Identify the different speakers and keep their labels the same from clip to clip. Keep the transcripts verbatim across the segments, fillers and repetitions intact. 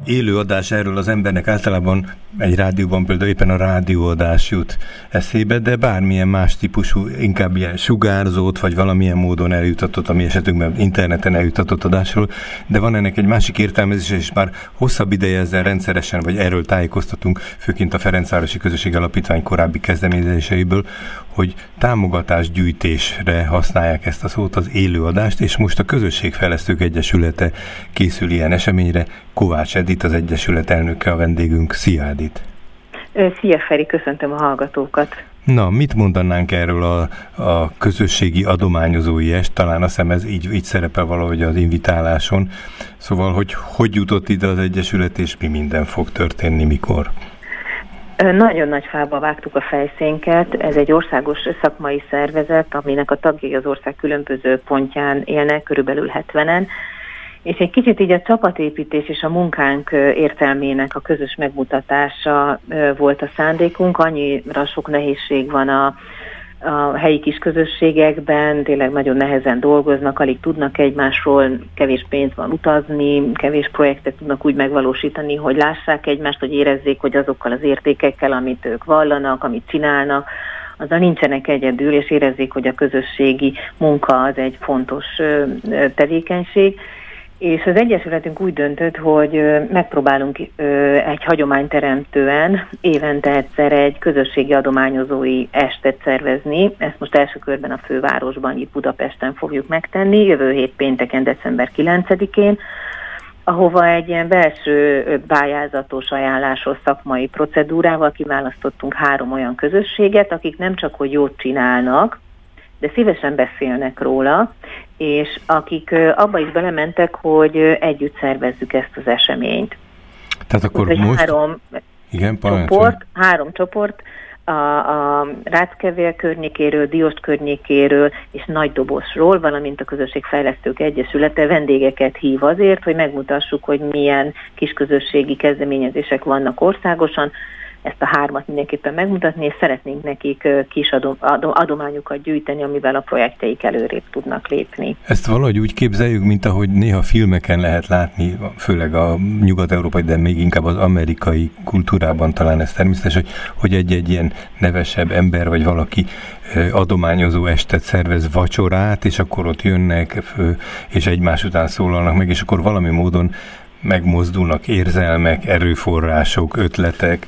Speaker 1: élő adás, erről az embernek általában egy rádióban például éppen a rádióadás jut eszébe, de bármilyen más típusú, inkább ilyen sugárzott, vagy valamilyen módon eljutatott, ami esetünkben interneten eljutatott adásról, de van ennek egy másik értelmezése, és már hosszabb ideje ezzel rendszeresen, vagy erről tájékoztatunk, főként a Ferencvárosi Közösség Alapítvány korábbi kezdeményezéseiből, hogy támogatásgyűjtésre használják ezt a szót, az élőadást, és most a Közösségfejlesztők Egyesülete készül ilyen eseményre. Kovács Edit, az Egyesület elnöke a vendégünk. Szia, Edit!
Speaker 2: Szia, Feri, köszöntöm a hallgatókat!
Speaker 1: Na, mit mondanánk erről a, a közösségi adományozói est? Talán azt hiszem ez így, így szerepel valahogy az invitáláson. Szóval, hogy hogy jutott ide az Egyesület, és mi minden fog történni, mikor?
Speaker 2: Nagyon nagy fába vágtuk a fejszénket. Ez egy országos szakmai szervezet, aminek a tagjai az ország különböző pontján élnek, körülbelül hetvenen, és egy kicsit így a csapatépítés és a munkánk értelmének a közös megmutatása volt a szándékunk. Annyira sok nehézség van a, a helyi kis közösségekben, tényleg nagyon nehezen dolgoznak, alig tudnak egymásról, kevés pénz van utazni, kevés projektet tudnak úgy megvalósítani, hogy lássák egymást, hogy érezzék, hogy azokkal az értékekkel, amit ők vallanak, amit csinálnak, azzal nincsenek egyedül, és érezzék, hogy a közösségi munka az egy fontos tevékenység. És az Egyesületünk úgy döntött, hogy megpróbálunk egy hagyományteremtően évente egyszer egy közösségi adományozói estet szervezni. Ezt most első körben a fővárosban, itt Budapesten fogjuk megtenni, jövő hét pénteken, december kilencedikén, ahova egy ilyen belső pályázatos ajánlásos szakmai procedúrával kiválasztottunk három olyan közösséget, akik nem csak hogy jót csinálnak, de szívesen beszélnek róla, és akik abba is belementek, hogy együtt szervezzük ezt az eseményt.
Speaker 1: Tehát akkor ez most...
Speaker 2: Három,
Speaker 1: Igen,
Speaker 2: csoport, három csoport, a, a Ráckevél környékéről, Diósd környékéről és Nagydobosról, valamint a Közösségfejlesztők Egyesülete vendégeket hív azért, hogy megmutassuk, hogy milyen kisközösségi kezdeményezések vannak országosan. Ezt a hármat mindenképpen megmutatni, és szeretnénk nekik kis adom, adom, adományokat gyűjteni, amivel a projektjeik előrébb tudnak lépni.
Speaker 1: Ezt valahogy úgy képzeljük, mint ahogy néha filmeken lehet látni, főleg a nyugat-európai, de még inkább az amerikai kultúrában talán ez természetes, hogy, hogy egy-egy ilyen nevesebb ember, vagy valaki adományozó estet szervez, vacsorát, és akkor ott jönnek, és egymás után szólalnak meg, és akkor valami módon megmozdulnak érzelmek, erőforrások, ötletek,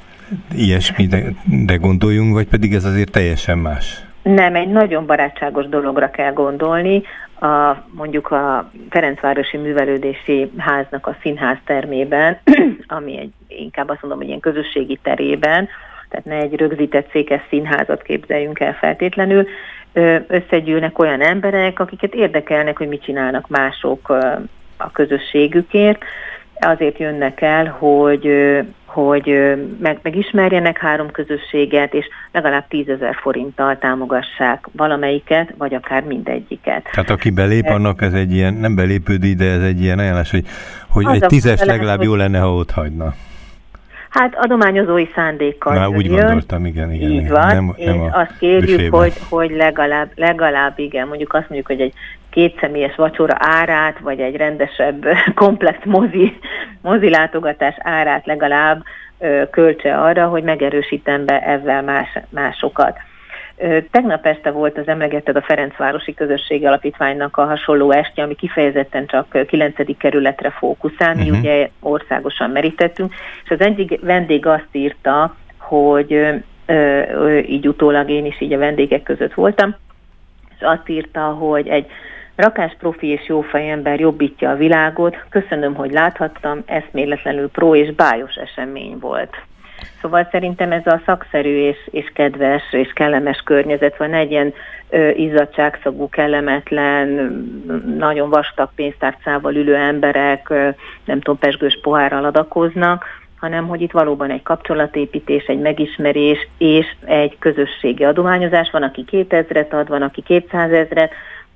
Speaker 1: ilyesmire gondoljunk, vagy pedig ez azért teljesen más?
Speaker 2: Nem, egy nagyon barátságos dologra kell gondolni. A, mondjuk a Ferencvárosi Művelődési Háznak a színház termében, ami egy, inkább azt mondom, hogy ilyen közösségi terében, tehát ne egy rögzített székes színházat képzeljünk el feltétlenül, összegyűlnek olyan emberek, akiket érdekelnek, hogy mit csinálnak mások a közösségükért. Azért jönnek el, hogy, hogy meg, megismerjenek három közösséget, és legalább tízezer forinttal támogassák valamelyiket, vagy akár mindegyiket.
Speaker 1: Tehát aki belép, annak ez egy ilyen, nem belépődi, de ez egy ilyen ajánlás, hogy, hogy egy tízes legalább hogy... jó lenne, ha ott hagyna.
Speaker 2: Hát adományozói szándékkal
Speaker 1: Már úgy
Speaker 2: jön.
Speaker 1: Gondoltam, igen, igen.
Speaker 2: Így
Speaker 1: igen.
Speaker 2: van,
Speaker 1: nem,
Speaker 2: és
Speaker 1: nem
Speaker 2: azt kérjük,
Speaker 1: büfében.
Speaker 2: hogy, hogy legalább, legalább igen, mondjuk azt mondjuk, hogy egy kétszemélyes vacsora árát, vagy egy rendesebb, komplex mozi, mozi látogatás árát legalább ö, költse arra, hogy megerősítem be ezzel más, másokat. Ö, tegnap este volt, az emlegetted a Ferencvárosi Közösségi Alapítványnak a hasonló estje, ami kifejezetten csak kilencedik kerületre fókuszál, mi uh-huh. ugye országosan merítettünk, és az egyik vendég azt írta, hogy ö, ö, így utólag én is így a vendégek között voltam, és azt írta, hogy egy rakás profi és jófej ember jobbítja a világot, köszönöm, hogy láthattam, eszméletlenül pró és bájos esemény volt. Szóval szerintem ez a szakszerű és, és kedves és kellemes környezet van, egy ilyen ö, izzadságszagú, kellemetlen, nagyon vastag pénztárcával ülő emberek, ö, nem tudom, pezsgős pohárral adakoznak, hanem hogy itt valóban egy kapcsolatépítés, egy megismerés és egy közösségi adományozás. Van, aki kétezret ad, van, aki kétszázezret,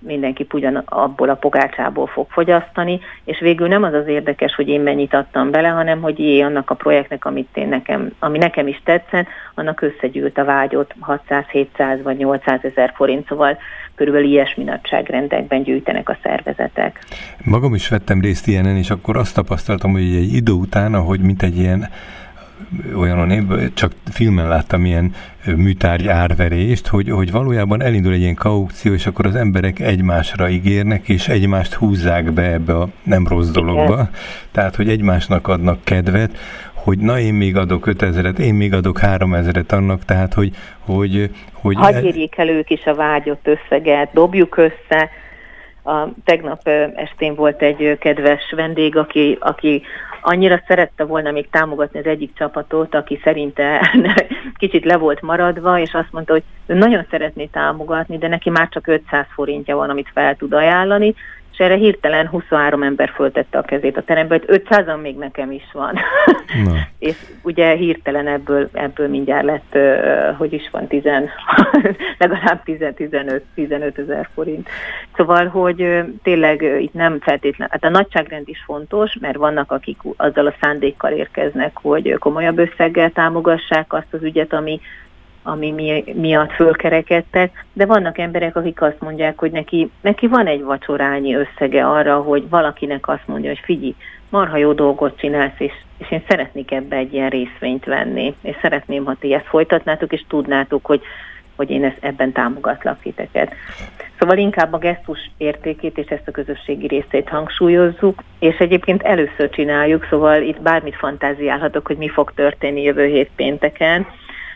Speaker 2: mindenki ugyan abból a pogácsából fog fogyasztani, és végül nem az az érdekes, hogy én mennyit adtam bele, hanem hogy jé, annak a projektnek, amit én nekem, ami nekem is tetszett, annak összegyűlt a vágyott hatszáz-hétszáz vagy nyolcszázezer forint, szóval körülbelül ilyesmi nagyságrendekben gyűjtenek a szervezetek.
Speaker 1: Magam is vettem részt ilyenen, és akkor azt tapasztaltam, hogy egy idő után, ahogy mint egy ilyen olyanon én csak filmen láttam ilyen műtárgy árverést, hogy, hogy valójában elindul egy ilyen kaukció, és akkor az emberek egymásra ígérnek, és egymást húzzák be ebbe a nem rossz dologba. Igen. Tehát, hogy egymásnak adnak kedvet, hogy na én még adok ötezret, én még adok háromezret annak, tehát, hogy... hogy, hogy
Speaker 2: Hadd érjék el ők is a vágyott összeget, dobjuk össze. A, tegnap estén volt egy kedves vendég, aki, aki annyira szerette volna még támogatni az egyik csapatot, aki szerinte kicsit le volt maradva, és azt mondta, hogy ő nagyon szeretné támogatni, de neki már csak ötszáz forintja van, amit fel tud ajánlani, és erre hirtelen huszonhárom ember föltette a kezét a terembe, hogy ötszázan még nekem is van. És ugye hirtelen ebből, ebből mindjárt lett, uh, hogy is van, tizen, legalább tíz-tizenöt ezer forint. Szóval, hogy uh, tényleg uh, itt nem feltétlenül, hát a nagyságrend is fontos, mert vannak, akik azzal a szándékkal érkeznek, hogy komolyabb összeggel támogassák azt az ügyet, ami ami mi, miatt fölkerekedtek, de vannak emberek, akik azt mondják, hogy neki, neki van egy vacsorányi összege arra, hogy valakinek azt mondja, hogy figyelj, marha jó dolgot csinálsz, és, és én szeretnék ebbe egy ilyen részvényt venni, és szeretném, ha ti ezt folytatnátok, és tudnátok, hogy, hogy én ezt, ebben támogatlak titeket. Szóval inkább a gesztus értékét és ezt a közösségi részét hangsúlyozzuk, és egyébként először csináljuk, szóval itt bármit fantáziálhatok, hogy mi fog történni jövő hét pénteken,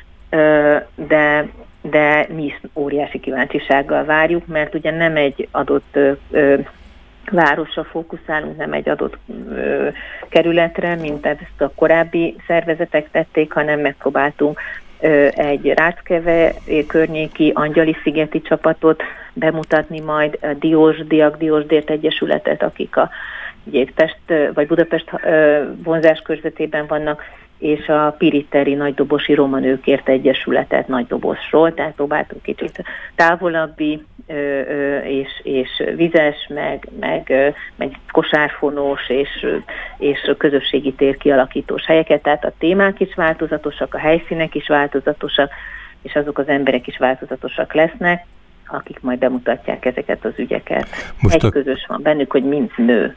Speaker 2: de, de mi is óriási kíváncsisággal várjuk, mert ugye nem egy adott ö, ö, városra fókuszálunk, nem egy adott ö, kerületre, mint ezt a korábbi szervezetek tették, hanem megpróbáltunk ö, egy Ráckeve környéki Angyali-szigeti csapatot bemutatni, majd a Diós, Diák Diósdért Egyesületet, akik a ugye, Pest vagy Budapest ö, vonzás körzetében vannak, és a Piriteri Nagydobosi Roma Nőkért Egyesületet Nagydobosról, tehát próbáltunk kicsit távolabbi ö, ö, és, és vizes, meg, meg, ö, meg kosárfonós és, és közösségi tér kialakítós helyeket, tehát a témák is változatosak, a helyszínek is változatosak, és azok az emberek is változatosak lesznek, akik majd bemutatják ezeket az ügyeket. Most egy a... közös van bennük, hogy mind nő.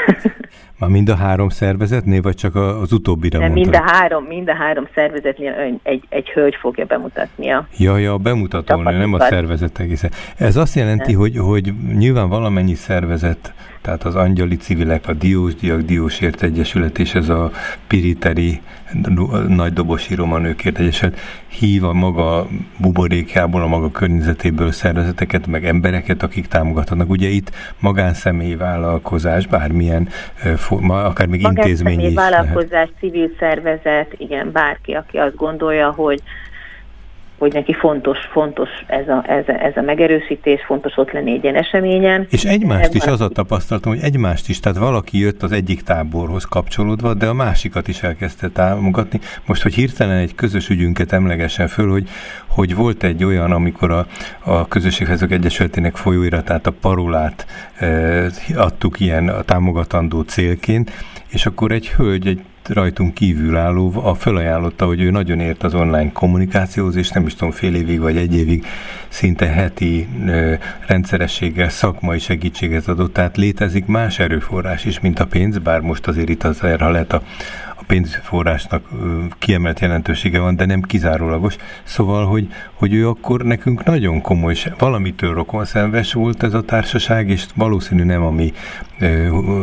Speaker 1: Már mind a három szervezetnél, vagy csak az utóbbira mondtad?
Speaker 2: Mind a három, mind a három szervezetnél egy, egy hölgy fogja bemutatni a...
Speaker 1: Ja, ja, a bemutatón, nem a szervezet egészen. Ez azt jelenti, hogy, hogy nyilván valamennyi szervezet, tehát az Angyali Civilek, a Diós, Diák Diósért Egyesület és ez a Piriteri Nagydobosi Roma Nőkért Egyesület hív a maga buborékából, a maga környezetéből szervezeteket, meg embereket, akik támogatnak. Ugye itt magánszemélyi vállalkozás, bármilyen, akár még intézmény is
Speaker 2: vállalkozás,
Speaker 1: lehet.
Speaker 2: Civil szervezet, igen, bárki, aki azt gondolja, hogy hogy neki fontos, fontos ez a, ez, a, ez a megerősítés, fontos ott lenni egy ilyen eseményen.
Speaker 1: És egymást is az a tapasztalatom, hogy egymást is, tehát valaki jött az egyik táborhoz kapcsolódva, de a másikat is elkezdte támogatni. Most, hogy hirtelen egy közös ügyünket emlegessen föl, hogy, hogy volt egy olyan, amikor a, a Közösségházak Egyesületének folyóiratát, a Parolát e, adtuk ilyen a támogatandó célként, és akkor egy hölgy, egy rajtunk kívülálló a felajánlotta, hogy ő nagyon ért az online kommunikációhoz, és nem is tudom, fél évig vagy egy évig szinte heti ö, rendszerességgel szakmai segítséget adott, tehát létezik más erőforrás is, mint a pénz, bár most azért itt az erre lehet a, a pénzforrásnak ö, kiemelt jelentősége van, de nem kizárólagos. Szóval, hogy, hogy ő akkor nekünk nagyon komoly, valamitől rokonszenves volt ez a társaság, és valószínű nem a mi ö,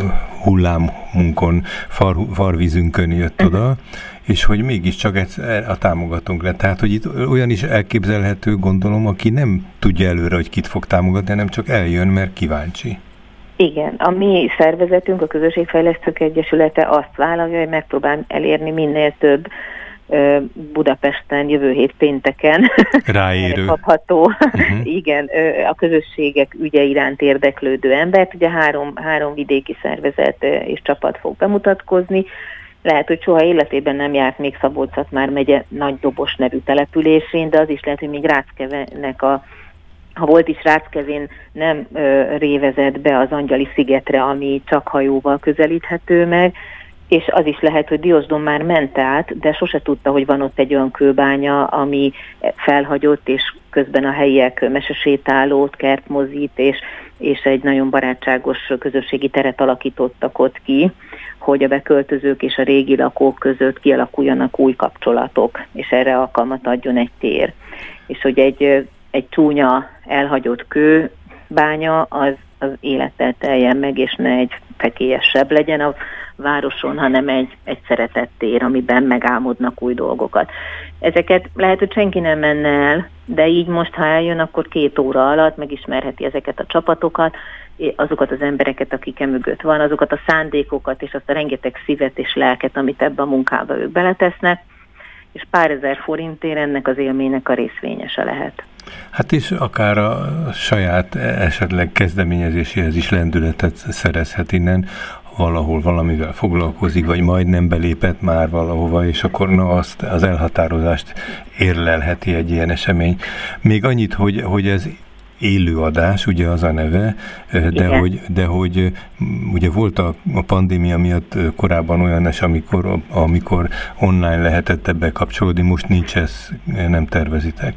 Speaker 1: hullámunkon, far, farvízünkön jött oda, és hogy mégiscsak a támogatónk lett. Tehát, hogy itt olyan is elképzelhető, gondolom, aki nem tudja előre, hogy kit fog támogatni, hanem csak eljön, mert kíváncsi.
Speaker 2: Igen, a mi szervezetünk, a Közösségfejlesztők Egyesülete azt vállalja, hogy megpróbál elérni minél több Budapesten jövő hét pénteken
Speaker 1: ráérő
Speaker 2: kapható, uh-huh. igen, a közösségek ügye iránt érdeklődő embert. Ugye három, három vidéki szervezet és csapat fog bemutatkozni. Lehet, hogy soha életében nem járt még Szabolcs-Szatmár megye Nagydobos nevű településén, de az is lehet, hogy még Ráckevenek a ha volt is Ráckevén, nem ö, révezett be az Angyali szigetre, ami csak hajóval közelíthető meg, és az is lehet, hogy Diósdon már ment át, de sose tudta, hogy van ott egy olyan kőbánya, ami felhagyott, és közben a helyiek mesesétálót, kertmozit, és, és egy nagyon barátságos közösségi teret alakítottak ott ki, hogy a beköltözők és a régi lakók között kialakuljanak új kapcsolatok, és erre alkalmat adjon egy tér. És hogy egy, egy csúnya, elhagyott kőbánya az, az élettel teljen meg, és ne egy fekélyesebb legyen a városon, hanem egy, egy szeretett tér, amiben megálmodnak új dolgokat. Ezeket lehet, hogy senki nem menne el, de így most, ha eljön, akkor két óra alatt megismerheti ezeket a csapatokat, azokat az embereket, akik emögött van, azokat a szándékokat, és azt a rengeteg szívet és lelket, amit ebbe a munkába ők beletesznek, és pár ezer forintért ennek az élménynek a részvényese lehet.
Speaker 1: Hát és akár a saját esetleg kezdeményezéséhez is lendületet szerezhet innen, valahol valamivel foglalkozik, vagy majdnem belépett már valahova, és akkor na azt az elhatározást érlelheti egy ilyen esemény. Még annyit, hogy, hogy ez élőadás, ugye az a neve, de hogy, de hogy ugye volt a, a pandémia miatt korábban olyan es, amikor, amikor online lehetett ebbe kapcsolódni, most nincs ez, nem tervezitek?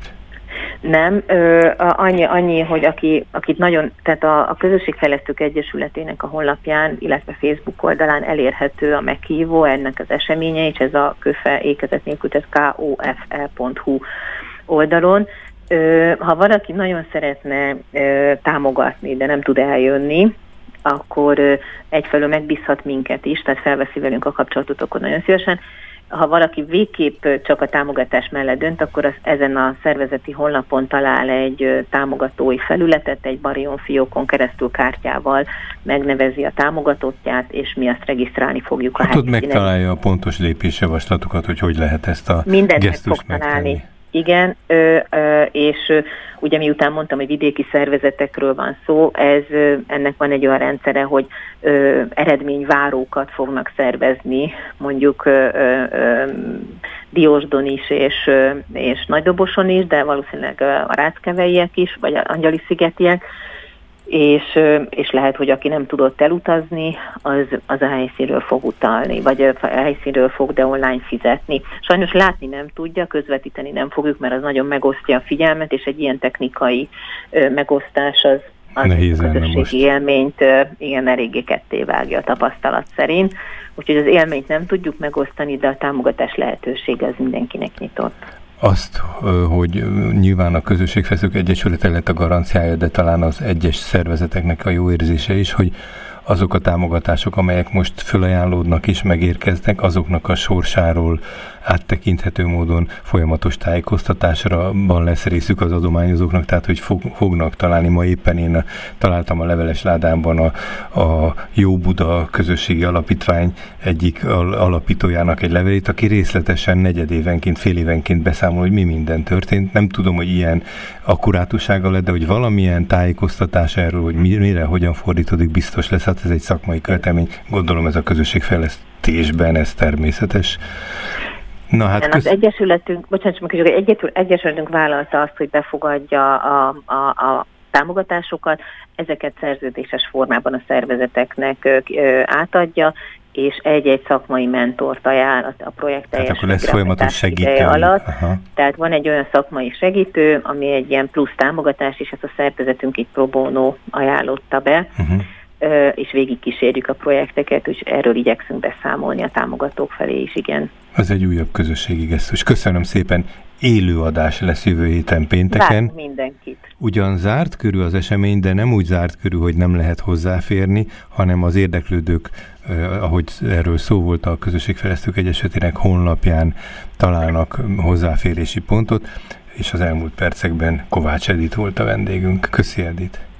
Speaker 2: Nem, ö, annyi, annyi, hogy aki, akit nagyon, tehát a, a Közösségfejlesztők Egyesületének a honlapján, illetve Facebook oldalán elérhető a meghívó ennek az eseménye, és ez a köfe ékezet nélkül, tehát k o f e pont h u oldalon. Ö, ha valaki nagyon szeretne ö, támogatni, de nem tud eljönni, akkor ö, egyfelől megbízhat minket is, tehát felveszi velünk a kapcsolatot, akkor nagyon szívesen. Ha valaki végképp csak a támogatás mellett dönt, akkor az ezen a szervezeti honlapon talál egy támogatói felületet, egy Barion fiókon keresztül kártyával megnevezi a támogatottját, és mi azt regisztrálni fogjuk a
Speaker 1: hát helyszínen. Ott megtalálja a pontos lépésjavaslatokat, hogy hogy lehet ezt a
Speaker 2: mindent
Speaker 1: gesztust
Speaker 2: meg
Speaker 1: megtenni.
Speaker 2: Igen, ö, ö, és ö, ugye miután mondtam, hogy vidéki szervezetekről van szó, ez, ö, ennek van egy olyan rendszere, hogy ö, eredményvárókat fognak szervezni, mondjuk ö, ö, Diósdon is, és, ö, és Nagydoboson is, de valószínűleg a ráckeveiek is, vagy a Angyali szigetiek, és, és lehet, hogy aki nem tudott elutazni, az, az a helyszínről fog utalni, vagy a helyszínről fog, de online fizetni. Sajnos látni nem tudja, közvetíteni nem fogjuk, mert az nagyon megosztja a figyelmet, és egy ilyen technikai ö, megosztás az, az a közösségi élményt ö, igen, eléggé ketté vágja a tapasztalat szerint. Úgyhogy az élményt nem tudjuk megosztani, de a támogatás lehetősége az mindenkinek nyitott.
Speaker 1: Azt, hogy nyilván a Közösségfejlesztők Egyesülete lett a garanciája, de talán az egyes szervezeteknek a jó érzése is, hogy azok a támogatások, amelyek most fölajánlódnak és megérkeznek, azoknak a sorsáról áttekinthető módon folyamatos tájékoztatásra lesz részük az adományozóknak, tehát hogy fog, fognak találni. Ma éppen én találtam a leveles ládámban a, a Jó Buda Közösségi Alapítvány egyik alapítójának egy levelét, aki részletesen negyedévenként, fél évenként beszámol, hogy mi minden történt. Nem tudom, hogy ilyen akkurátussága lett, de hogy valamilyen tájékoztatás erről, hogy mire, hogyan fordítódik, biztos lesz. Hát ez egy szakmai követelmény. Gondolom ez a közösségfejlesztésben, ez természetes. Na, hát
Speaker 2: köz... Az Egyesületünk, bocsánat, csak egy Egyesületünk vállalta azt, hogy befogadja a, a, a támogatásokat, ezeket szerződéses formában a szervezeteknek ö, átadja, és egy-egy szakmai mentort ajánl a projekt teljes
Speaker 1: akkor lesz folyamatos segítő
Speaker 2: alatt. Aha. Tehát van egy olyan szakmai segítő, ami egy ilyen plusz támogatás, és ezt a szervezetünk így pro bono ajánlotta be, uh-huh. és végig kísérjük a projekteket, és erről igyekszünk beszámolni a támogatók felé is, igen.
Speaker 1: Ez egy újabb közösségi gesztus. Köszönöm szépen. Élőadás lesz jövő héten pénteken.
Speaker 2: Várunk mindenkit.
Speaker 1: Ugyan zárt körül az esemény, de nem úgy zárt körül, hogy nem lehet hozzáférni, hanem az érdeklődők, eh, ahogy erről szó volt, a Közösségfejlesztők Egyesületének honlapján találnak hozzáférési pontot, és az elmúlt percekben Kovács Edit volt a vendégünk. Köszi, Edit!